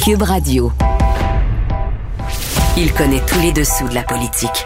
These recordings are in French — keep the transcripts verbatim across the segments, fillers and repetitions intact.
Cube Radio. Il connaît tous les dessous de la politique.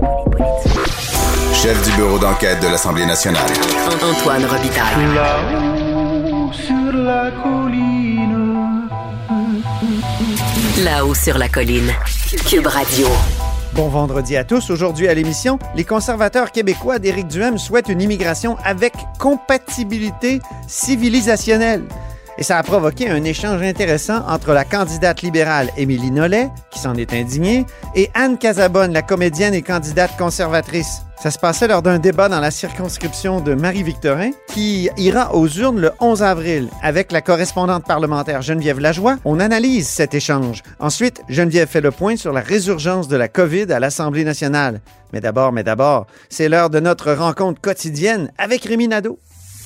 Chef du bureau d'enquête de l'Assemblée nationale. Antoine Robitaille. Là-haut sur la colline. Là-haut sur la colline. Cube Radio. Bon vendredi à tous. Aujourd'hui à l'émission, les conservateurs québécois d'Éric Duhem souhaitent une immigration avec compatibilité civilisationnelle. Et ça a provoqué un échange intéressant entre la candidate libérale Émilie Nollet, qui s'en est indignée, et Anne Casabonne, la comédienne et candidate conservatrice. Ça se passait lors d'un débat dans la circonscription de Marie-Victorin, qui ira aux urnes le onze avril. Avec la correspondante parlementaire Geneviève Lajoie, on analyse cet échange. Ensuite, Geneviève fait le point sur la résurgence de la COVID à l'Assemblée nationale. Mais d'abord, mais d'abord, c'est l'heure de notre rencontre quotidienne avec Rémi Nadeau.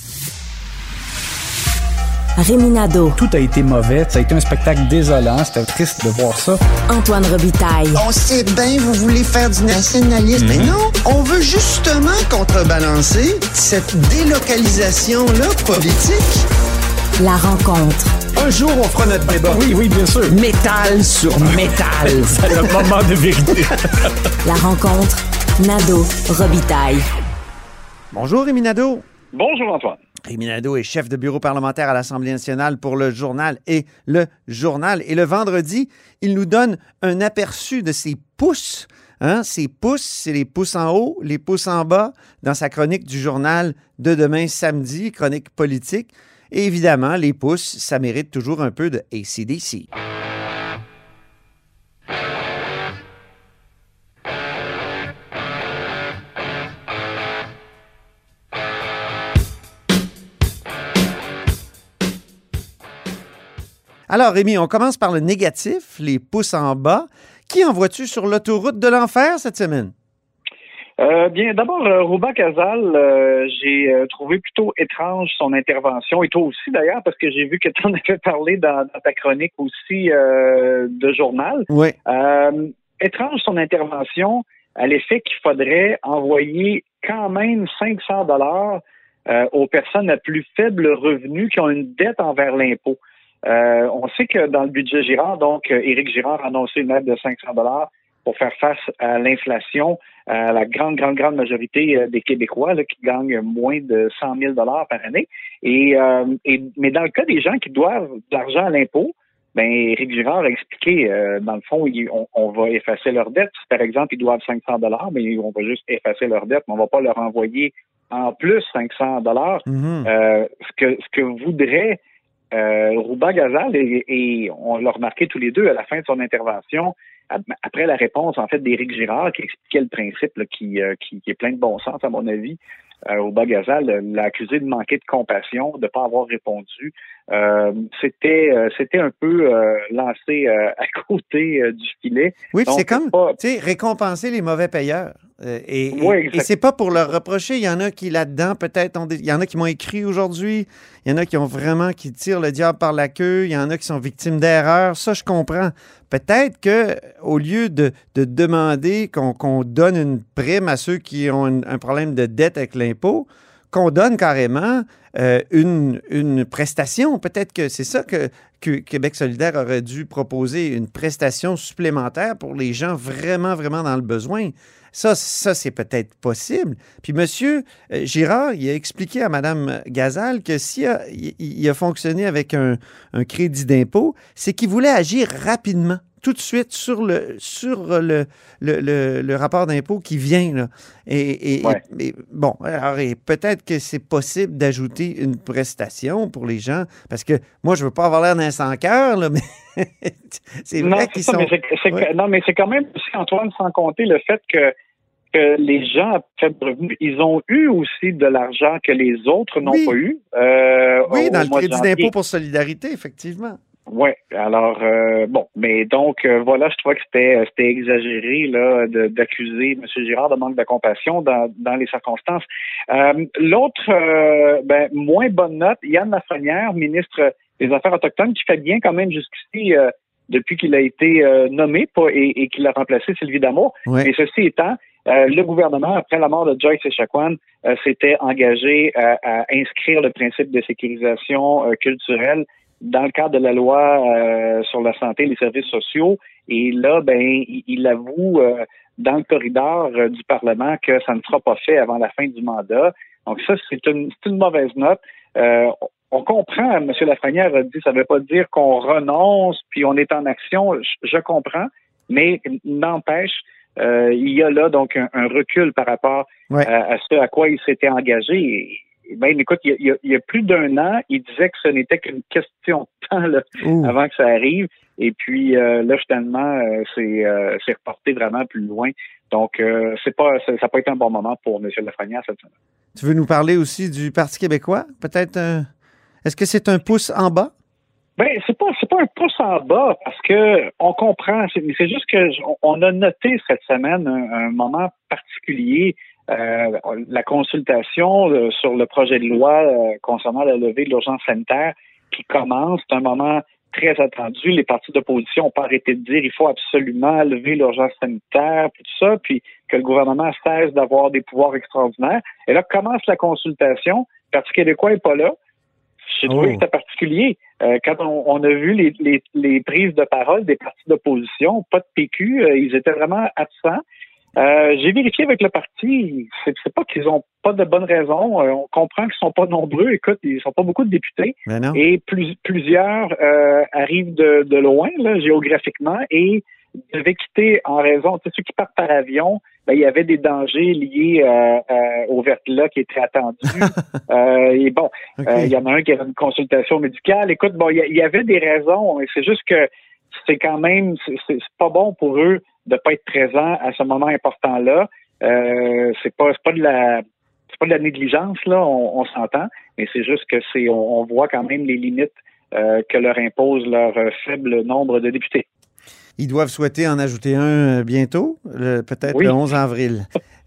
Rémi Nadeau. Tout a été mauvais. Ça a été un spectacle désolant. C'était triste de voir ça. Antoine Robitaille. On sait bien, vous voulez faire du nationalisme. Mm-hmm. Mais non, on veut justement contrebalancer cette délocalisation-là politique. La rencontre. Un jour, on fera notre débat. Oui, oui, bien sûr. Métal sur métal. C'est le moment de vérité. La rencontre. Nadeau. Robitaille. Bonjour, Rémi Nadeau. Bonjour, Antoine. Rémi Nadeau est chef de bureau parlementaire à l'Assemblée nationale pour le Journal et le Journal. Et le vendredi, il nous donne un aperçu de ses pouces. Hein? Ses pouces, c'est les pouces en haut, les pouces en bas, dans sa chronique du Journal de demain samedi, chronique politique. Et évidemment, les pouces, ça mérite toujours un peu de A C D C. Alors, Rémi, on commence par le négatif, les pouces en bas. Qui envoies-tu sur l'autoroute de l'enfer cette semaine? Euh, bien, d'abord, euh, Rouba Casal, euh, j'ai euh, trouvé plutôt étrange son intervention, et toi aussi d'ailleurs, parce que j'ai vu que tu en avais parlé dans, dans ta chronique aussi euh, de journal. Oui. Euh, étrange son intervention à l'effet qu'il faudrait envoyer quand même cinq cents dollars euh, aux personnes à plus faible revenu qui ont une dette envers l'impôt. Euh, on sait que dans le budget Girard, donc, euh, Éric Girard a annoncé une aide de cinq cents dollars pour faire face à l'inflation, à la grande, grande, grande majorité euh, des Québécois là, qui gagnent moins de cent mille dollars par année. Et, euh, et mais dans le cas des gens qui doivent de l'argent à l'impôt, ben Éric Girard a expliqué, euh, dans le fond, il, on, on va effacer leur dette. Si, par exemple, ils doivent cinq cents dollars, mais on va juste effacer leur dette, mais on va pas leur envoyer en plus cinq cents dollars. Mm-hmm. Euh, ce que ce que voudrait Euh, Rouba Casal, et, et on l'a remarqué tous les deux à la fin de son intervention, après la réponse en fait d'Éric Girard qui expliquait le principe là, qui, euh, qui, qui est plein de bon sens à mon avis. Euh, Rouba Casal l'a accusé de manquer de compassion, de ne pas avoir répondu. Euh, c'était euh, c'était un peu euh, lancé euh, à côté euh, du filet. Oui, puis c'est comme, pas... tu sais, récompenser les mauvais payeurs. Euh, et, oui, et, et c'est pas pour leur reprocher. Il y en a qui, là-dedans, peut-être, ont des... il y en a qui m'ont écrit aujourd'hui. Il y en a qui ont vraiment, qui tirent le diable par la queue. Il y en a qui sont victimes d'erreurs. Ça, je comprends. Peut-être que au lieu de, de demander qu'on, qu'on donne une prime à ceux qui ont un, un problème de dette avec l'impôt, qu'on donne carrément euh, une, une prestation. Peut-être que c'est ça que, que Québec solidaire aurait dû proposer, une prestation supplémentaire pour les gens vraiment, vraiment dans le besoin. Ça, ça c'est peut-être possible. Puis M. Girard, il a expliqué à Mme Casal que s'il a, il, il a fonctionné avec un, un crédit d'impôt, c'est qu'il voulait agir rapidement, tout de suite sur le sur le, le, le, le rapport d'impôt qui vient. Là. Et, et, ouais. et, et bon, alors et peut-être que c'est possible d'ajouter une prestation pour les gens, parce que moi, je veux pas avoir l'air d'un sans-cœur, là, mais c'est vrai non, qu'ils ça, sont... Mais c'est, c'est, ouais. Non, mais c'est quand même aussi, Antoine, sans compter le fait que que les gens à faible revenu, ils ont eu aussi de l'argent que les autres n'ont oui. pas eu. Euh, oui, au, dans au le mois crédit de janvier. d'impôt pour solidarité, effectivement. Oui, alors euh, bon, mais donc euh, voilà, je trouvais que c'était c'était exagéré là de, d'accuser M. Girard de manque de compassion dans, dans les circonstances. Euh, l'autre, euh, ben moins bonne note, Yann Lafrenière, ministre des Affaires autochtones, qui fait bien quand même jusqu'ici euh, depuis qu'il a été euh, nommé pas, et, et qu'il a remplacé Sylvie Damour. Oui. Mais ceci étant, euh, le gouvernement, après la mort de Joyce Echaquan, euh, s'était engagé à, à inscrire le principe de sécurisation euh, culturelle dans le cadre de la loi euh, sur la santé et les services sociaux. Et là, ben, il, il avoue euh, dans le corridor euh, du Parlement que ça ne sera pas fait avant la fin du mandat. Donc ça, c'est une, c'est une mauvaise note. Euh, on comprend, M. Lafrenière a dit, ça ne veut pas dire qu'on renonce puis on est en action. Je, je comprends, mais n'empêche, euh, il y a là donc un, un recul par rapport ouais. à, à ce à quoi il s'était engagé. Et, ben, écoute, il y, a, il y a plus d'un an, il disait que ce n'était qu'une question de temps là, avant que ça arrive. Et puis euh, là, finalement, euh, c'est, euh, c'est reporté vraiment plus loin. Donc, euh, c'est pas, ça n'a pas été un bon moment pour M. Lafrenière cette semaine. Tu veux nous parler aussi du Parti québécois? Peut-être, euh, est-ce que c'est un pouce en bas? Ben, c'est pas, c'est pas un pouce en bas parce que on comprend. C'est, c'est juste que on a noté cette semaine un, un moment particulier. Euh, la consultation euh, sur le projet de loi euh, concernant la levée de l'urgence sanitaire qui commence. C'est un moment très attendu. Les partis d'opposition n'ont pas arrêté de dire il faut absolument lever l'urgence sanitaire, puis tout ça, puis que le gouvernement cesse d'avoir des pouvoirs extraordinaires. Et là, commence la consultation. Le Parti québécois n'est pas là. J'ai trouvé oh. que c'était particulier. Euh, quand on, on a vu les, les, les prises de parole des partis d'opposition, pas de P Q, euh, ils étaient vraiment absents. Euh, j'ai vérifié avec le parti, c'est, c'est pas qu'ils ont pas de bonnes raisons. Euh, on comprend qu'ils sont pas nombreux. Écoute, ils sont pas beaucoup de députés. Et plus, plusieurs euh, arrivent de, de loin, là, géographiquement, et devaient quitter en raison, tu sais, ceux qui partent par avion, ben, il y avait des dangers liés euh, euh, au verglas qui étaient attendus. euh, et bon, okay. euh, il y en a un qui avait une consultation médicale. Écoute, bon, il y, y avait des raisons. C'est juste que c'est quand même, c'est, c'est pas bon pour eux de pas être présents à ce moment important-là. Euh, c'est pas, c'est pas de la, c'est pas de la négligence là, on, on s'entend, mais c'est juste que c'est, on, on voit quand même les limites euh, que leur impose leur euh, faible nombre de députés. Ils doivent souhaiter en ajouter un euh, bientôt, le, peut-être oui. le onze avril.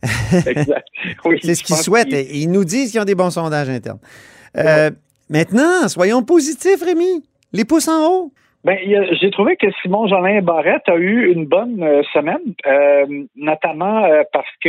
Exact. Oui, c'est ce qu'ils souhaitent. Qu'ils... Ils nous disent qu'ils ont des bons sondages internes. Euh, ouais. Maintenant, soyons positifs, Rémi. Les pouces en haut. Ben, a, j'ai trouvé que Simon-Jolin Barrette a eu une bonne euh, semaine, euh, notamment euh, parce que,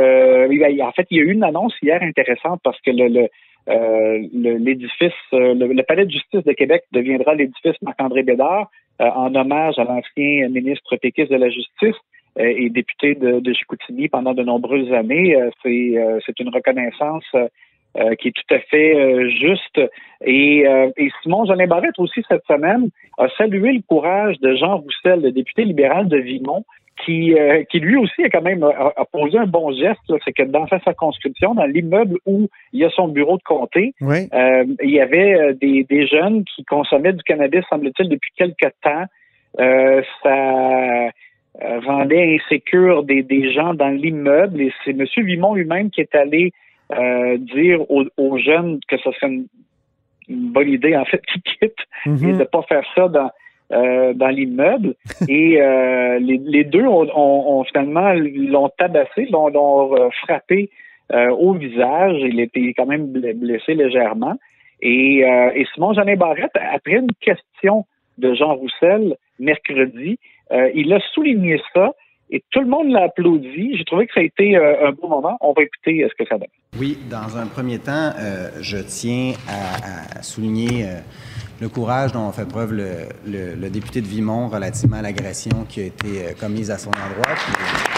euh, en fait, il y a eu une annonce hier intéressante parce que le, le, euh, le l'édifice, euh, le, le Palais de justice de Québec deviendra l'édifice Marc-André Bédard euh, en hommage à l'ancien ministre péquiste de la Justice euh, et député de, de Chicoutimi pendant de nombreuses années. Euh, c'est, euh, c'est une reconnaissance euh, Euh, qui est tout à fait euh, juste. Et, euh, et Simon-Jolin Barrette aussi cette semaine a salué le courage de Jean Roussel, le député libéral de Vimont, qui, euh, qui lui aussi a quand même a, a posé un bon geste. Là, c'est que dans sa circonscription, dans l'immeuble où il y a son bureau de comté, oui. euh, il y avait des, des jeunes qui consommaient du cannabis, semble-t-il, depuis quelque temps. Euh, ça rendait insécure des, des gens dans l'immeuble. Et c'est M. Vimont lui-même qui est allé Euh, dire aux, aux jeunes que ce serait une, une bonne idée, en fait, qu'ils quittent mm-hmm. et de ne pas faire ça dans, euh, dans l'immeuble. Et euh, les, les deux ont, ont, ont finalement l'ont tabassé, l'ont, l'ont frappé euh, au visage. Il était quand même blessé légèrement. Et, euh, et Simon-Jolin Barrette, après une question de Jean Roussel mercredi, euh, il a souligné ça. Et tout le monde l'a applaudi. J'ai trouvé que ça a été euh, un beau moment. On va écouter euh, ce que ça donne. Oui, dans un premier temps, euh, je tiens à, à souligner euh, le courage dont a fait preuve le, le, le député de Vimont relativement à l'agression qui a été euh, commise à son endroit. Puis,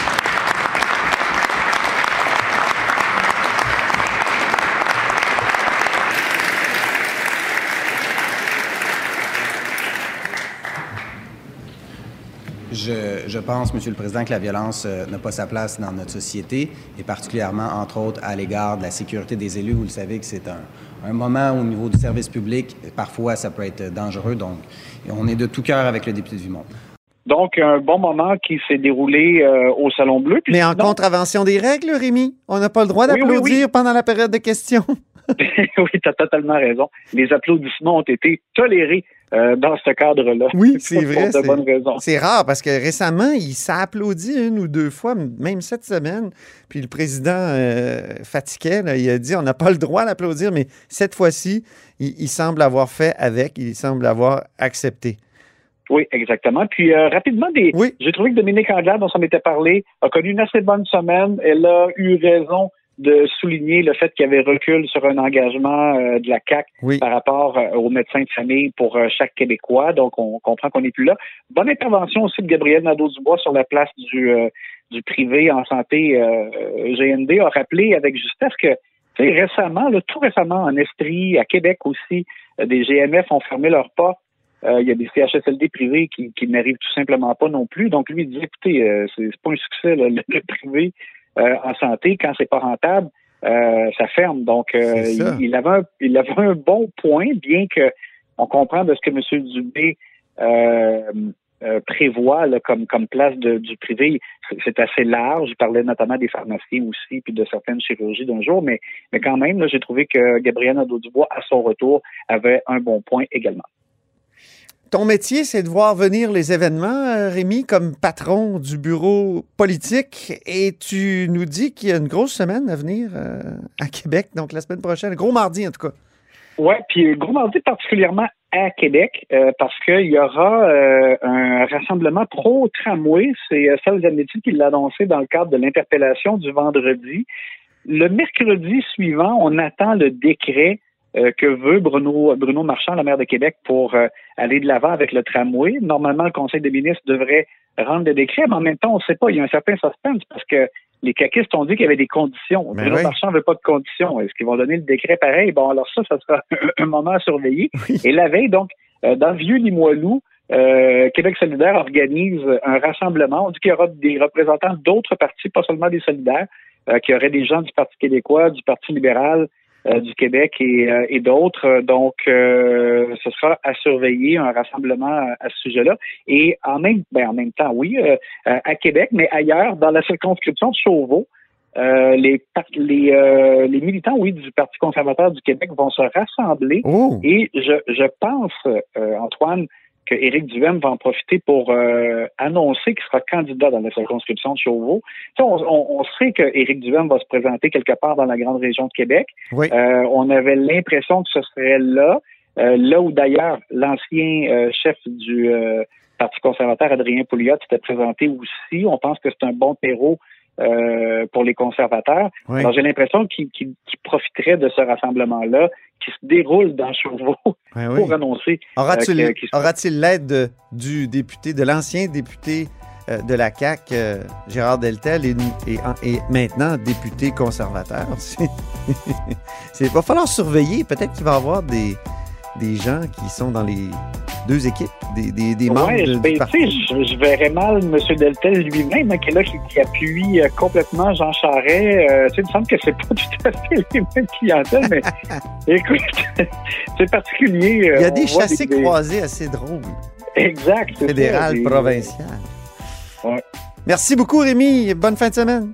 Je, je pense, Monsieur le Président, que la violence euh, n'a pas sa place dans notre société, et particulièrement, entre autres, à l'égard de la sécurité des élus. Vous le savez que c'est un, un moment au niveau du service public, parfois ça peut être dangereux, donc on est de tout cœur avec le député de Vimont. Donc, un bon moment qui s'est déroulé euh, au Salon Bleu. Mais en sinon... contravention des règles, Rémi, on n'a pas le droit d'applaudir oui, oui, oui. pendant la période de questions. Oui, tu as totalement raison. Les applaudissements ont été tolérés euh, dans ce cadre-là. Oui, c'est vrai. Pour de bonnes raisons. C'est rare parce que récemment, il s'est applaudi une ou deux fois, même cette semaine. Puis le président euh, fatiguait, là, il a dit on n'a pas le droit d'applaudir, mais cette fois-ci, il, il semble avoir fait avec, il semble avoir accepté. Oui, exactement. Puis euh, rapidement, des, oui. j'ai trouvé que Dominique Anglade, dont on m'était parlé, a connu une assez bonne semaine. Elle a eu raison de souligner le fait qu'il y avait recul sur un engagement euh, de la C A Q oui. par rapport euh, aux médecins de famille pour euh, chaque Québécois. Donc, on comprend qu'on n'est plus là. Bonne intervention aussi de Gabriel Nadeau-Dubois sur la place du, euh, du privé en santé. Euh, G N D a rappelé avec justesse que récemment, là, tout récemment, en Estrie, à Québec aussi, euh, des G M F ont fermé leurs portes. Euh, il y a des C H S L D privés qui, qui n'arrivent tout simplement pas non plus. Donc, lui, il dit, écoutez, euh, c'est, c'est pas un succès, là, le, le privé euh, en santé. Quand c'est pas rentable, euh, ça ferme. Donc, euh, il, il, avait un, il avait un bon point, bien que on comprend de ce que M. Dubé euh, euh, prévoit là, comme, comme place de, du privé. C'est, c'est assez large. Je parlais notamment des pharmacies aussi, puis de certaines chirurgies d'un jour. Mais, mais quand même, là, j'ai trouvé que Gabriel Nadeau-Dubois, à son retour, avait un bon point également. Ton métier, c'est de voir venir les événements, Rémi, comme patron du bureau politique. Et tu nous dis qu'il y a une grosse semaine à venir euh, à Québec, donc la semaine prochaine. Gros mardi, en tout cas. Oui, puis gros mardi particulièrement à Québec, euh, parce qu'il y aura euh, un rassemblement pro-tramway. C'est euh, Saul Zanetti qui l'a annoncé dans le cadre de l'interpellation du vendredi. Le mercredi suivant, on attend le décret Euh, que veut Bruno Bruno Marchand, le maire de Québec, pour euh, aller de l'avant avec le tramway. Normalement, le Conseil des ministres devrait rendre le décret, mais en même temps, on ne sait pas. Il y a un certain suspense parce que les caquistes ont dit qu'il y avait des conditions. Mais Bruno oui. Marchand ne veut pas de conditions. Est-ce qu'ils vont donner le décret pareil? Bon, alors ça, ça sera un, un moment à surveiller. Oui. Et la veille, donc, euh, dans le vieux Limoilou, euh, Québec solidaire organise un rassemblement. On dit qu'il y aura des représentants d'autres partis, pas seulement des solidaires, euh, qu'il y aurait des gens du Parti québécois, du Parti libéral, Euh, du Québec et, euh, et d'autres. Donc, euh, ce sera à surveiller un rassemblement à, à ce sujet-là. Et en même, ben, en même temps, oui, euh, à Québec, mais ailleurs, dans la circonscription de Chauveau, euh, les, les, euh, les militants, oui, du Parti conservateur du Québec vont se rassembler. Oh. Et je, je pense, euh, Antoine, que Éric Duhaime va en profiter pour euh, annoncer qu'il sera candidat dans la circonscription de Chauveau. On, on, on sait que Éric Duhaime va se présenter quelque part dans la grande région de Québec. Oui. Euh, on avait l'impression que ce serait là, euh, là où d'ailleurs l'ancien euh, chef du euh, Parti conservateur, Adrien Pouliot, s'était présenté aussi. On pense que c'est un bon terreau euh, pour les conservateurs. Oui. Alors j'ai l'impression qu'il, qu'il, qu'il profiterait de ce rassemblement-là qui se déroule dans Chauveau oui, oui. pour annoncer. Aura-t-il, euh, aura-t-il l'aide de, du député, de l'ancien député euh, de la C A Q, euh, Gérard Deltel, et, et, et maintenant député conservateur? Il va falloir surveiller. Peut-être qu'il va y avoir des, des gens qui sont dans les deux équipes, des, des, des membres ouais, de, ben, du parti. Je, je verrais mal M. Deltel lui-même, hein, qui est là, qui, qui appuie euh, complètement Jean Charest. Euh, il me semble que c'est pas tout à fait les mêmes clientèles, mais écoute, c'est particulier. Il y a des chassés-croisés assez drôles. Exact. Fédéral, ça, provincial. Ouais. Merci beaucoup, Rémi. Bonne fin de semaine.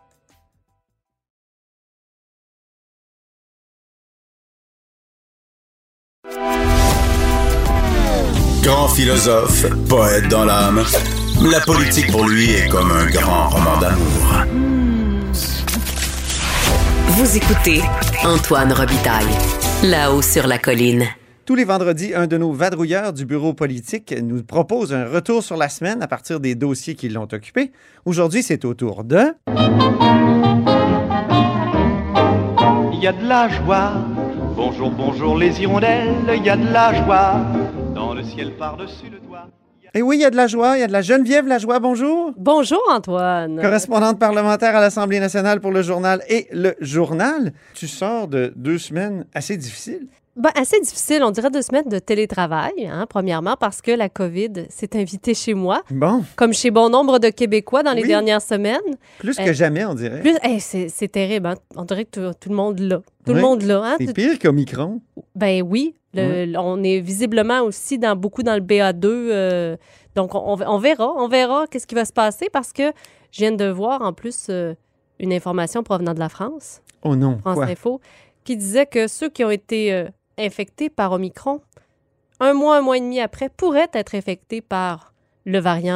Grand philosophe, poète dans l'âme, la politique pour lui est comme un grand roman d'amour. Vous écoutez Antoine Robitaille, là-haut sur la colline. Tous les vendredis, un de nos vadrouilleurs du bureau politique nous propose un retour sur la semaine à partir des dossiers qui l'ont occupé. Aujourd'hui, c'est au tour de... Il y a de la joie, bonjour, bonjour les hirondelles, il y a de la joie. Dans le ciel par-dessus le toit. Et oui, il y a de la joie. Il y a de la Geneviève Lajoie. Bonjour. Bonjour, Antoine. Correspondante parlementaire à l'Assemblée nationale pour le journal et le journal. Tu sors de deux semaines assez difficiles. Ben, assez difficile, on dirait deux semaines de télétravail, hein, premièrement, parce que la COVID s'est invitée chez moi. Bon. Comme chez bon nombre de Québécois dans les oui. dernières semaines. Plus que euh, jamais, on dirait. Plus, hey, c'est, c'est terrible, hein? On dirait que tout, tout le monde l'a. Tout oui. le monde l'a. Hein? C'est pire qu'Omicron. Ben oui. Le, oui. On est visiblement aussi dans, beaucoup dans le B A deux. Euh, donc, on, on verra. On verra qu'est-ce qui va se passer parce que je viens de voir, en plus, euh, une information provenant de la France. Oh non, France quoi? Info, qui disait que ceux qui ont été... Euh, infectés par Omicron, un mois, un mois et demi après, pourraient être infectés par le variant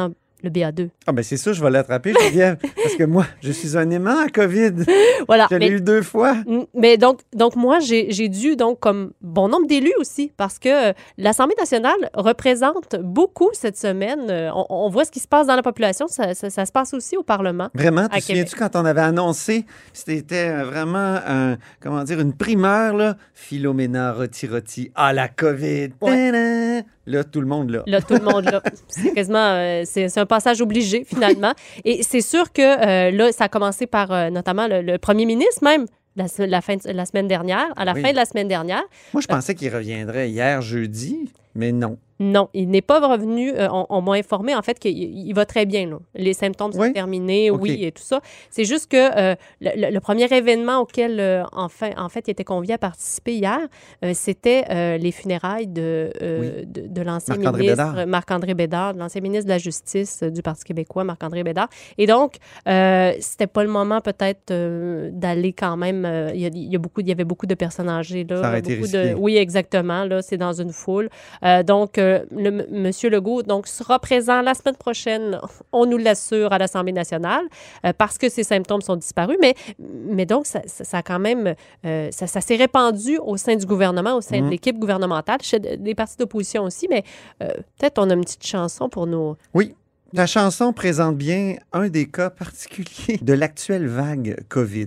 le B A deux. Ah ben c'est ça, je vais l'attraper, Geneviève, parce que moi, je suis un aimant à COVID. Voilà. Je l'ai eu deux fois. Mais donc, donc moi, j'ai, j'ai dû, donc, comme bon nombre d'élus aussi, parce que euh, l'Assemblée nationale représente beaucoup cette semaine. Euh, on, on voit ce qui se passe dans la population, ça, ça, ça se passe aussi au Parlement. Vraiment, te à souviens-tu quand on avait annoncé, c'était euh, vraiment, un, comment dire, une primeur, là, Philomena Roti-Roti à la COVID. Ouais. Ta-da! Là, tout le monde, là. Là, tout le monde, là. C'est quasiment, euh, c'est, c'est un passage obligé, finalement. Et c'est sûr que, euh, là, ça a commencé par, euh, notamment, le, le premier ministre, même, la, la, fin de, la semaine dernière, à la Oui. fin de la semaine dernière. Moi, je pensais qu'il reviendrait hier, jeudi, mais non. Non, il n'est pas revenu. Euh, on, on m'a informé, en fait, qu'il il va très bien. Là. Les symptômes sont Oui? terminés, OK. oui, et tout ça. C'est juste que euh, le, le- le premier événement auquel, euh, enfin, en fait, il était convié à participer hier, euh, c'était euh, les funérailles de, euh, Oui. de, de l'ancien Marc-André ministre Bédard. Marc-André Bédard, de l'ancien ministre de la Justice euh, du Parti québécois, Marc-André Bédard. Et donc, euh, c'était pas le moment, peut-être, euh, d'aller quand même. euh, Il y, a, il y a beaucoup, il y avait beaucoup de personnes âgées. Là, Ça aurait été beaucoup risqué. de, oui, exactement. Là, c'est dans une foule. Euh, donc, euh, le, M. Legault donc, sera présent la semaine prochaine, on nous l'assure, à l'Assemblée nationale, euh, parce que ses symptômes sont disparus. Mais, mais donc, ça, ça, ça a quand même, euh, ça, ça s'est répandu au sein du gouvernement, au sein Mhm. de l'équipe gouvernementale, chez des partis d'opposition aussi. Mais euh, peut-être on a une petite chanson pour nos... Oui. La chanson présente bien un des cas particuliers de l'actuelle vague COVID.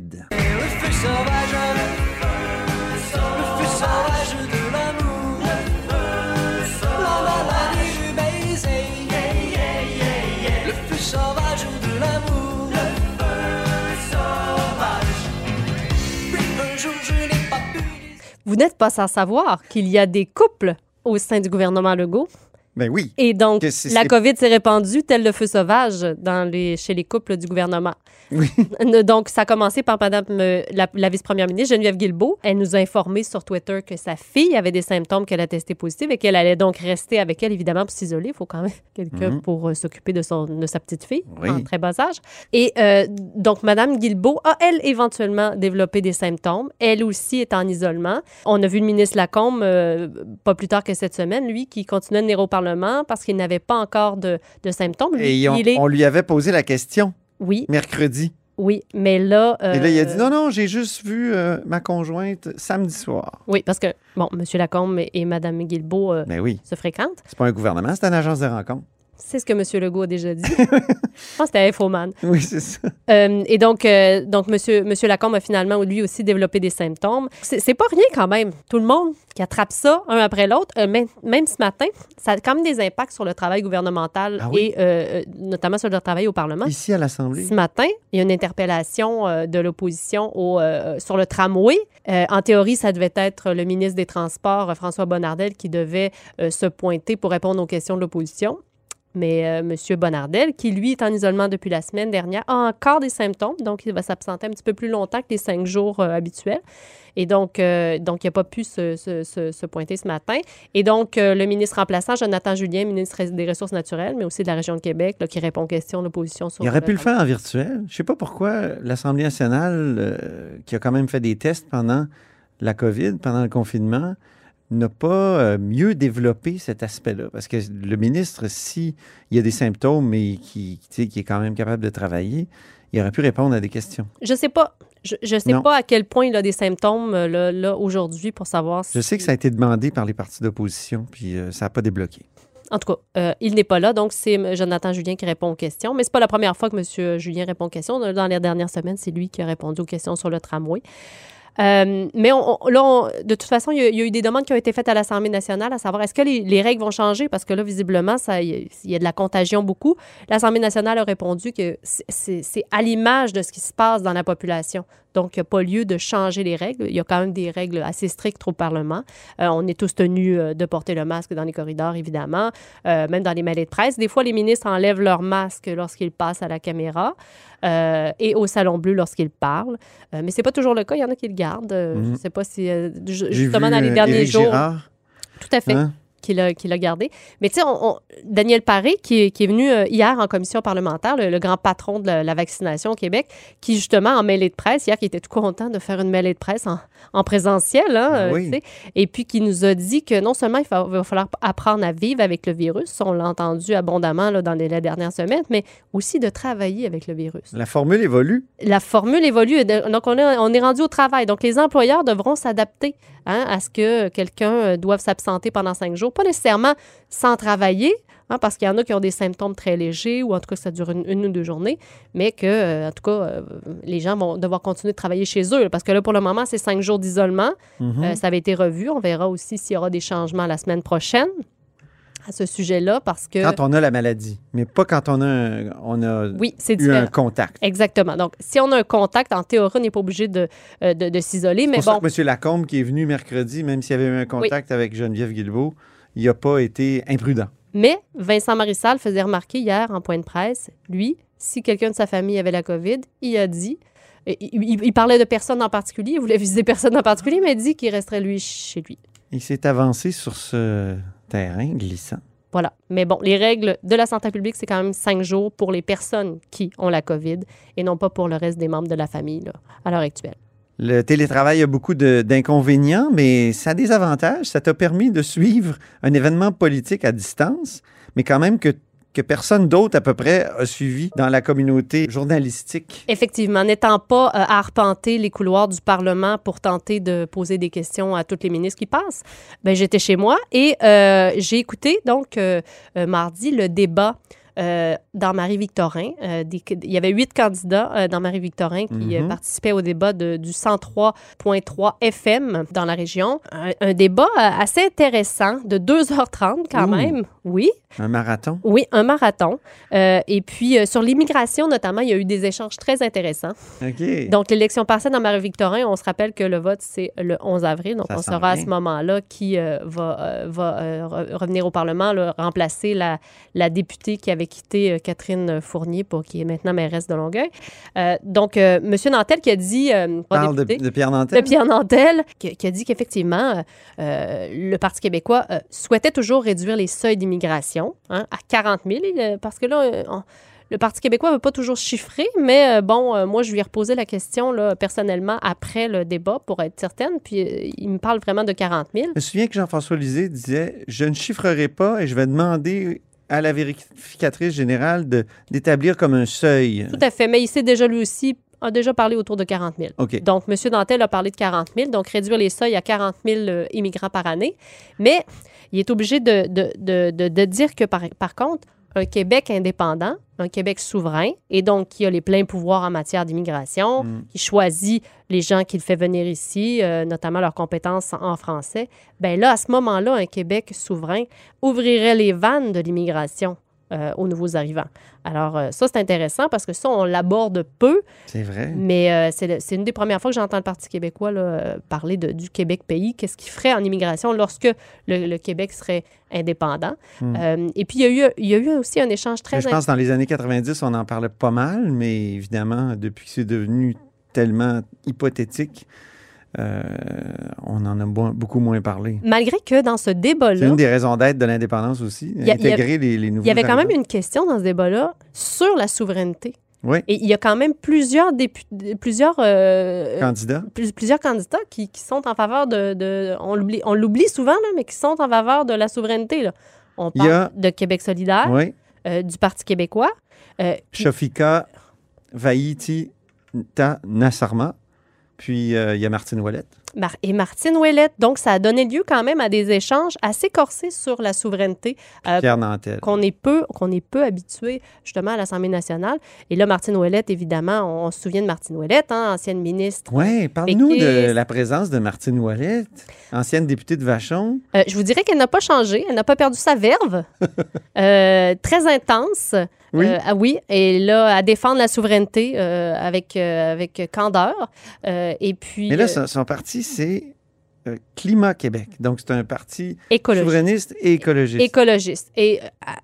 Vous n'êtes pas sans savoir qu'il y a des couples au sein du gouvernement Legault. Ben oui. Et donc, Que c'est- la c'est- COVID s'est répandue tel le feu sauvage dans les, chez les couples du gouvernement. Oui. Donc, ça a commencé par Madame euh, la, la vice-première ministre Geneviève Guilbeault. Elle nous a informé sur Twitter que sa fille avait des symptômes, qu'elle a testé positif et qu'elle allait donc rester avec elle, évidemment, pour s'isoler. Il faut quand même quelqu'un Mhm. pour euh, s'occuper de, son, de sa petite fille Oui. en très bas âge. Et euh, donc, Madame Guilbeault a, elle, éventuellement développé des symptômes. Elle aussi est en isolement. On a vu le ministre Lacombe, euh, pas plus tard que cette semaine, lui, qui continuait de venir au Parlement parce qu'il n'avait pas encore de, de symptômes. Lui, Et on, il est... on lui avait posé la question Oui, mercredi. oui, mais là... Et là, il a dit euh, non, non, j'ai juste vu euh, ma conjointe samedi soir. Oui, parce que, bon, M. Lacombe et, et Mme Guilbeault euh, Ben oui. se fréquentent. C'est pas un gouvernement, c'est une agence de rencontre. C'est ce que M. Legault a déjà dit. Je pense que c'était Infoman. Oui, c'est ça. Euh, et donc, euh, donc monsieur, monsieur Lacombe a finalement, lui aussi, développé des symptômes. C'est, c'est pas rien quand même. Tout le monde qui attrape ça, un après l'autre, euh, même, même ce matin, ça a quand même des impacts sur le travail gouvernemental Ah oui? et euh, notamment sur le travail au Parlement. Ici à l'Assemblée. Ce matin, il y a une interpellation euh, de l'opposition au, euh, sur le tramway. Euh, en théorie, ça devait être le ministre des Transports, euh, François Bonnardel, qui devait euh, se pointer pour répondre aux questions de l'opposition. Mais euh, M. Bonnardel, qui lui est en isolement depuis la semaine dernière, a encore des symptômes, donc il va s'absenter un petit peu plus longtemps que les cinq jours euh, habituels. Et donc, euh, donc il n'a pas pu se, se, se, se pointer ce matin. Et donc, euh, le ministre remplaçant, Jonathan Julien, ministre des Ressources naturelles, mais aussi de la région de Québec, là, qui répond aux questions de l'opposition sur Il aurait pu le tramway. faire en virtuel. Je sais pas pourquoi l'Assemblée nationale, euh, qui a quand même fait des tests pendant la COVID, pendant le confinement, n'a pas euh, mieux développé cet aspect-là. Parce que le ministre, s'il y a des symptômes, mais qui, qui, tu sais, qui est quand même capable de travailler, il aurait pu répondre à des questions. Je sais pas. Je, je sais Non. pas à quel point il a des symptômes euh, là, là, aujourd'hui pour savoir si... Je sais que ça a été demandé par les partis d'opposition, puis euh, ça n'a pas débloqué. En tout cas, euh, il n'est pas là, donc c'est M. Jonathan Julien qui répond aux questions. Mais c'est pas la première fois que M. Julien répond aux questions. Dans les dernières semaines, c'est lui qui a répondu aux questions sur le tramway. Euh, mais on, on- là, on- de toute façon, il y, a, il y a eu des demandes qui ont été faites à l'Assemblée nationale, à savoir est-ce que les, les règles vont changer? Parce que là, visiblement, ça, il y a- il y a de la contagion beaucoup. L'Assemblée nationale a répondu que c'est- c'est c'est à l'image de ce qui se passe dans la population. Donc, il n'y a pas lieu de changer les règles. Il y a quand même des règles assez strictes au Parlement. Euh, on est tous tenus euh, de porter le masque dans les corridors, évidemment, euh, même dans les mêlées de presse. Des fois, les ministres enlèvent leur masque lorsqu'ils passent à la caméra euh, et au Salon Bleu lorsqu'ils parlent. Euh, mais ce n'est pas toujours le cas. Il y en a qui le gardent. Euh, Mhm. Je ne sais pas si, euh, ju- J'ai justement, vu, dans les euh, derniers Éric jours... Girard, Tout à fait. hein, qui l'a, qui l'a gardé. Mais tu sais, on, on, Daniel Paré, qui est, qui est venu euh, hier en commission parlementaire, le, le grand patron de la, la vaccination au Québec, qui justement, en mêlée de presse, hier, qui était tout content de faire une mêlée de presse en, en présentiel, hein, euh, Oui. tu sais, et puis qui nous a dit que non seulement il va, va falloir apprendre à vivre avec le virus, on l'a entendu abondamment là, dans les, les dernières semaines, mais aussi de travailler avec le virus. La formule évolue. La formule évolue. Donc, on est, on est rendu au travail. Donc, les employeurs devront s'adapter hein, à ce que quelqu'un doive s'absenter pendant cinq jours. Pas nécessairement sans travailler, hein, parce qu'il y en a qui ont des symptômes très légers ou en tout cas que ça dure une, une ou deux journées, mais que, euh, en tout cas, euh, les gens vont devoir continuer de travailler chez eux. Parce que là, pour le moment, c'est cinq jours d'isolement. Mm-hmm. Euh, ça avait été revu. On verra aussi s'il y aura des changements la semaine prochaine à ce sujet-là, parce que... Quand on a la maladie, mais pas quand on a, un, on a oui, c'est eu différent. un contact. Exactement. Donc, si on a un contact, en théorie, on n'est pas obligé de, de, de s'isoler, mais C'est pour bon... ça que M. Lacombe, qui est venu mercredi, même s'il y avait eu un contact oui. avec Geneviève Guilbeault, il n'a pas été imprudent. Mais Vincent Marissal faisait remarquer hier en point de presse, lui, si quelqu'un de sa famille avait la COVID, il a dit... Il, il, il parlait de personne en particulier, il voulait viser personne en particulier, mais il dit qu'il resterait, lui, chez lui. Il s'est avancé sur ce terrain glissant. Voilà. Mais bon, les règles de la santé publique, c'est quand même cinq jours pour les personnes qui ont la COVID et non pas pour le reste des membres de la famille là, à l'heure actuelle. Le télétravail a beaucoup de, d'inconvénients, mais ça a des avantages. Ça t'a permis de suivre un événement politique à distance, mais quand même que que personne d'autre à peu près a suivi dans la communauté journalistique. Effectivement, n'étant pas euh, à arpenter les couloirs du Parlement pour tenter de poser des questions à tous les ministres qui passent, ben, j'étais chez moi et euh, j'ai écouté donc euh, euh, mardi le débat Euh, dans Marie-Victorin. Euh, des, il y avait huit candidats euh, dans Marie-Victorin qui mm-hmm. euh, participaient au débat de, du cent trois point trois F M dans la région. Un, un débat euh, assez intéressant de deux heures trente quand Ouh. même. Oui. Un marathon. Oui, un marathon. Euh, et puis, euh, sur l'immigration notamment, il y a eu des échanges très intéressants. OK. Donc, l'élection partielle dans Marie-Victorin, on se rappelle que le vote, c'est le onze avril. Donc, Ça on saura bien. à ce moment-là qui euh, va, euh, va euh, revenir au Parlement, là, remplacer la, la députée qui avait quitté euh, Catherine Fournier, pour, qui est maintenant mairesse de Longueuil. Euh, donc, euh, M. Nantel qui a dit... Euh, parle député, de, de Pierre Nantel. De Pierre Nantel, qui, qui a dit qu'effectivement, euh, le Parti québécois euh, souhaitait toujours réduire les seuils d'immigration hein, à quarante mille, euh, parce que là... On, Le Parti québécois ne veut pas toujours chiffrer, mais euh, bon, euh, moi, je lui ai reposé la question là, personnellement après le débat pour être certaine, puis euh, il me parle vraiment de quarante mille. Je me souviens que Jean-François Lisée disait « Je ne chiffrerai pas et je vais demander à la vérificatrice générale de, d'établir comme un seuil. » Tout à fait, mais il s'est déjà lui aussi a déjà parlé autour de quarante mille. Okay. Donc, M. Nantel a parlé de quarante mille, donc réduire les seuils à quarante mille euh, immigrants par année. Mais il est obligé de, de, de, de, de dire que, par, par contre, un Québec indépendant, un Québec souverain, et donc qui a les pleins pouvoirs en matière d'immigration, mm. qui choisit les gens qu'il fait venir ici, euh, notamment leurs compétences en, en français, bien là, à ce moment-là, un Québec souverain ouvrirait les vannes de l'immigration euh, aux nouveaux arrivants. Alors, euh, ça, c'est intéressant parce que ça, on l'aborde peu. C'est vrai. Mais euh, c'est, le, c'est une des premières fois que j'entends le Parti québécois là, euh, parler de, du Québec pays. Qu'est-ce qu'il ferait en immigration lorsque le, le Québec serait indépendant? Mm. Euh, et puis, il y, a eu, il y a eu aussi un échange très... Mais je pense que dans les années quatre-vingt-dix, on en parlait pas mal, mais évidemment, depuis que c'est devenu tellement hypothétique, Euh, on en a bo- beaucoup moins parlé. Malgré que dans ce débat-là... C'est une des raisons d'être de l'indépendance aussi, y a, intégrer y a, les, les nouveaux Il y avait quand arrivants. même une question dans ce débat-là sur la souveraineté. Oui. Et il y a quand même plusieurs, députés, plusieurs, euh, candidats, plus, plusieurs candidats qui, qui sont en faveur de... de on, l'oublie, on l'oublie souvent, là, mais qui sont en faveur de la souveraineté. Là. On parle a, de Québec solidaire, oui. euh, du Parti québécois. Euh, Shafika Vaïti Ta Nassarma. Puis, il euh, y a Martine Ouellette. Mar- et Martine Ouellette. Donc, ça a donné lieu quand même à des échanges assez corsés sur la souveraineté. Euh, Pierre Nantel. Qu'on est peu, qu'on est peu habitué, justement, à l'Assemblée nationale. Et là, Martine Ouellette, évidemment, on, on se souvient de Martine Ouellette, hein, ancienne ministre. Oui, parle-nous Péquiste. de la présence de Martine Ouellette, ancienne députée de Vachon. Euh, je vous dirais qu'elle n'a pas changé. Elle n'a pas perdu sa verve. euh, très intense. Oui. Euh, ah oui, et là, à défendre la souveraineté euh, avec, euh, avec candeur. Euh, et puis, Mais là, son, son parti, c'est euh, Climat Québec. Donc, c'est un parti écologiste. souverainiste et écologiste. Écologiste. Et euh,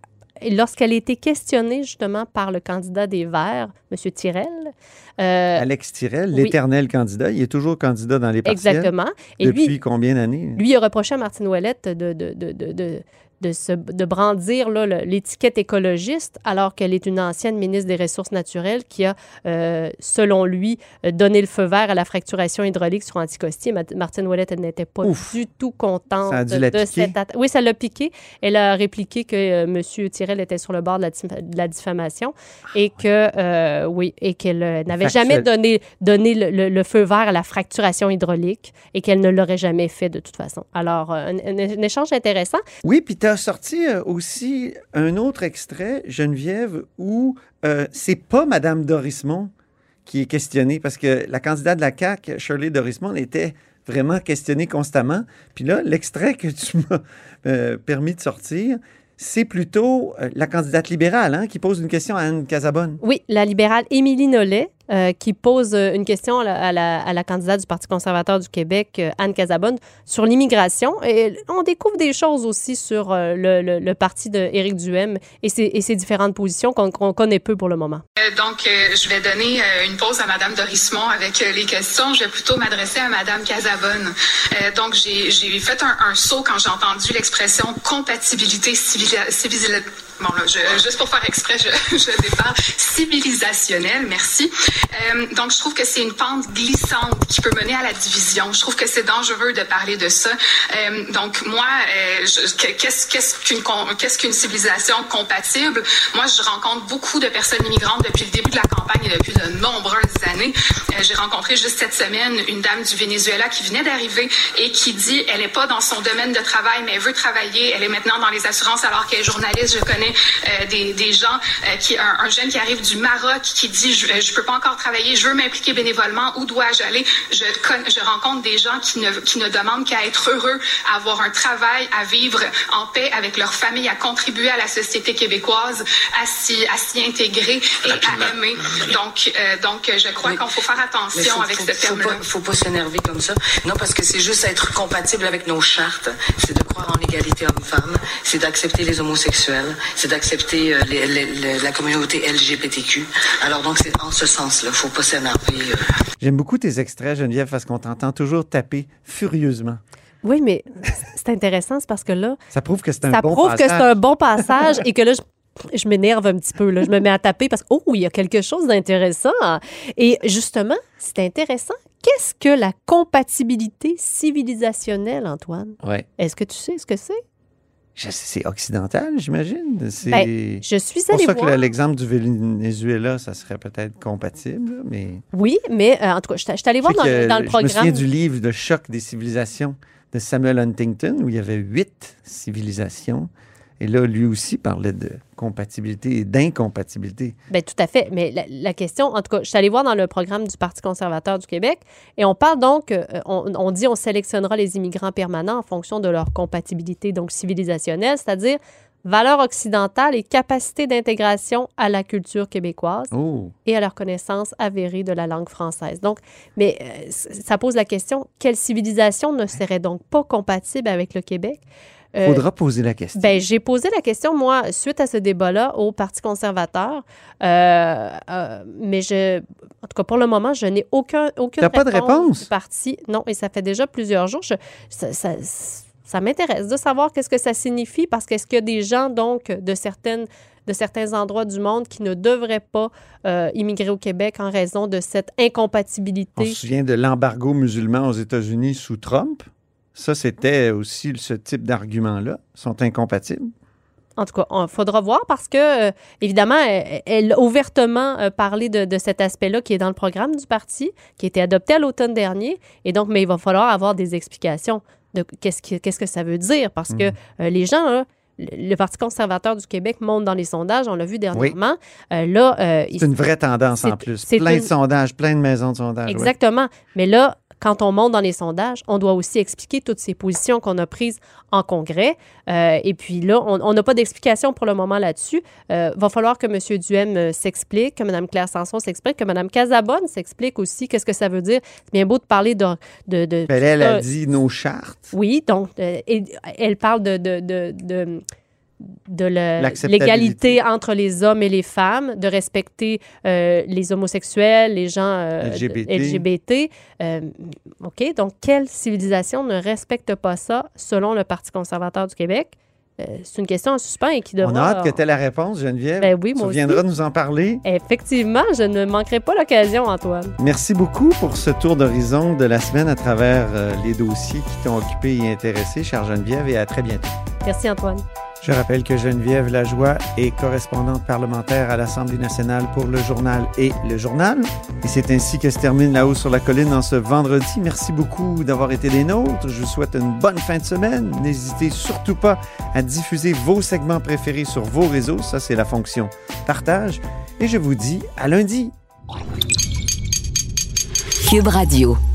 lorsqu'elle a été questionnée justement par le candidat des Verts, M. Tirel. Euh, Alex Tirel, oui. l'éternel candidat. Il est toujours candidat dans les partiels. Exactement. Et depuis lui, combien d'années? Lui, il a reproché à Martine Ouellette de, de, de, de, de De, se, de brandir là, le, l'étiquette écologiste alors qu'elle est une ancienne ministre des Ressources naturelles qui a, euh, selon lui, donné le feu vert à la fracturation hydraulique sur Anticosti. Martine Ouellette, elle n'était pas Ouf. du tout contente ça a dû la de piquer. cette attaque. Oui, ça l'a piqué. Elle a répliqué que euh, M. Tirel était sur le bord de la, de la diffamation et que, euh, oui, et qu'elle euh, n'avait Factuel. jamais donné, donné le, le, le feu vert à la fracturation hydraulique et qu'elle ne l'aurait jamais fait de toute façon. Alors, euh, un, un, un échange intéressant. Oui, puis tu as sorti aussi un autre extrait, Geneviève, où euh, c'est pas Mme Dorismont qui est questionnée, parce que la candidate de la C A Q, Shirley Dorismont, était vraiment questionnée constamment. Puis là, l'extrait que tu m'as euh, permis de sortir, c'est plutôt euh, la candidate libérale hein, qui pose une question à Anne Casabonne. Oui, la libérale Émilie Nollet, euh, qui pose une question à la, à, la, à la candidate du Parti conservateur du Québec, euh, Anne Casabonne, sur l'immigration. Et on découvre des choses aussi sur euh, le, le, le parti d'Éric Duhaime et ses, et ses différentes positions qu'on, qu'on connaît peu pour le moment. Euh, donc, euh, je vais donner euh, une pause à Mme Dorismont avec euh, les questions. Je vais plutôt m'adresser à Mme Casabonne. Euh, donc, j'ai, j'ai fait un, un saut quand j'ai entendu l'expression « compatibilité civilisationnelle ». Bon, là, je, juste pour faire exprès, je, je départ. Civilisationnelle, merci. Euh, donc, je trouve que c'est une pente glissante qui peut mener à la division. Je trouve que c'est dangereux de parler de ça. Euh, donc, moi, euh, je, qu'est-ce, qu'est-ce, qu'une, qu'est-ce qu'une civilisation compatible? Moi, je rencontre beaucoup de personnes immigrantes depuis le début de la campagne et depuis de nombreuses années. Euh, j'ai rencontré juste cette semaine une dame du Venezuela qui venait d'arriver et qui dit, elle n'est pas dans son domaine de travail, mais elle veut travailler. Elle est maintenant dans les assurances alors qu'elle est journaliste. Je connais Euh, des, des gens, euh, qui un, un jeune qui arrive du Maroc qui dit je, je peux pas encore travailler, je veux m'impliquer bénévolement, où dois-je aller? Je, je rencontre des gens qui ne, qui ne demandent qu'à être heureux, à avoir un travail, à vivre en paix avec leur famille, à contribuer à la société québécoise, à s'y, à s'y intégrer et Rapidement. à aimer. Donc, euh, donc je crois mais, qu'on faut faire attention faut, avec faut, ce terme-là. Faut pas, faut pas s'énerver comme ça. Non, parce que c'est juste être compatible avec nos chartes. C'est de croire en l'égalité homme-femme. C'est d'accepter les homosexuels. C'est d'accepter euh, les, les, les, la communauté L G B T Q. Alors donc, c'est en ce sens-là. Il ne faut pas s'énerver. Euh. J'aime beaucoup tes extraits, Geneviève, parce qu'on t'entend toujours taper furieusement. Oui, mais c'est intéressant, c'est parce que là... Ça prouve que c'est un ça bon prouve passage. que c'est un bon passage et que là, je, je m'énerve un petit peu. Là. Je me mets à taper parce que, oh, il y a quelque chose d'intéressant. Et justement, c'est intéressant. Qu'est-ce que la compatibilité civilisationnelle, Antoine? Oui. Est-ce que tu sais ce que c'est? Je sais, c'est occidental, j'imagine. C'est ben, je suis allée pour ça voir... que l'exemple du Venezuela, ça serait peut-être compatible, mais... Oui, mais euh, en tout cas, je suis allée voir dans, dans le programme... Je me souviens du livre « Le choc des civilisations » de Samuel Huntington, où il y avait huit civilisations. Et là, lui aussi parlait de compatibilité et d'incompatibilité. Bien, tout à fait. Mais la, la question, en tout cas, je suis allée voir dans le programme du Parti conservateur du Québec et on parle donc, euh, on, on dit on sélectionnera les immigrants permanents en fonction de leur compatibilité donc civilisationnelle, c'est-à-dire valeurs occidentales et capacité d'intégration à la culture québécoise oh. et à leur connaissance avérée de la langue française. Donc, mais euh, ça pose la question, quelle civilisation ne serait donc pas compatible avec le Québec? Il euh, faudra poser la question. Ben, j'ai posé la question, moi, suite à ce débat-là, au Parti conservateur. Euh, euh, mais je, en tout cas, pour le moment, je n'ai aucun, aucune réponse, pas de réponse du parti. Non, et ça fait déjà plusieurs jours. Je, ça, ça, ça m'intéresse de savoir qu'est-ce que ça signifie, parce qu'est-ce qu'il y a des gens, donc, de certaines... de certains endroits du monde qui ne devraient pas euh, immigrer au Québec en raison de cette incompatibilité. On se souvient de l'embargo musulman aux États-Unis sous Trump. Ça, c'était aussi ce type d'argument-là. Ils sont incompatibles. En tout cas, il faudra voir parce que, euh, évidemment, elle, elle a ouvertement euh, parlé de, de cet aspect-là qui est dans le programme du parti, qui a été adopté à l'automne dernier. Et donc, mais il va falloir avoir des explications de qu'est-ce, qui, qu'est-ce que ça veut dire parce mmh. que euh, les gens, là, le Parti conservateur du Québec monte dans les sondages, on l'a vu dernièrement. Oui. Euh, là, euh, c'est une vraie tendance en plus. Plein une... de sondages, plein de maisons de sondages. Exactement. Oui. Mais là, quand on monte dans les sondages, on doit aussi expliquer toutes ces positions qu'on a prises en congrès. Euh, et puis là, on n'a pas d'explication pour le moment là-dessus. Il euh, va falloir que M. Duhaime euh, s'explique, que Mme Claire Sanson s'explique, que Mme Casabonne s'explique aussi. Qu'est-ce que ça veut dire? C'est bien beau de parler de... de, de elle, elle a dit nos chartes. Oui, donc, euh, et, elle parle de... de, de, de de le, l'égalité entre les hommes et les femmes, de respecter euh, les homosexuels, les gens euh, L G B T. L G B T. Euh, OK, donc quelle civilisation ne respecte pas ça selon le Parti conservateur du Québec? Euh, c'est une question en suspens et qui devra... On a hâte que tu aies la réponse, Geneviève. Ben oui, moi tu viendras aussi. nous en parler. Effectivement, je ne manquerai pas l'occasion, Antoine. Merci beaucoup pour ce tour d'horizon de la semaine à travers euh, les dossiers qui t'ont occupé et intéressé, chère Geneviève, et à très bientôt. Merci, Antoine. Je rappelle que Geneviève Lajoie est correspondante parlementaire à l'Assemblée nationale pour Le Journal et Le Journal. Et c'est ainsi que se termine La Haut sur la Colline en ce vendredi. Merci beaucoup d'avoir été des nôtres. Je vous souhaite une bonne fin de semaine. N'hésitez surtout pas à diffuser vos segments préférés sur vos réseaux. Ça, c'est la fonction partage. Et je vous dis à lundi. Cube Radio.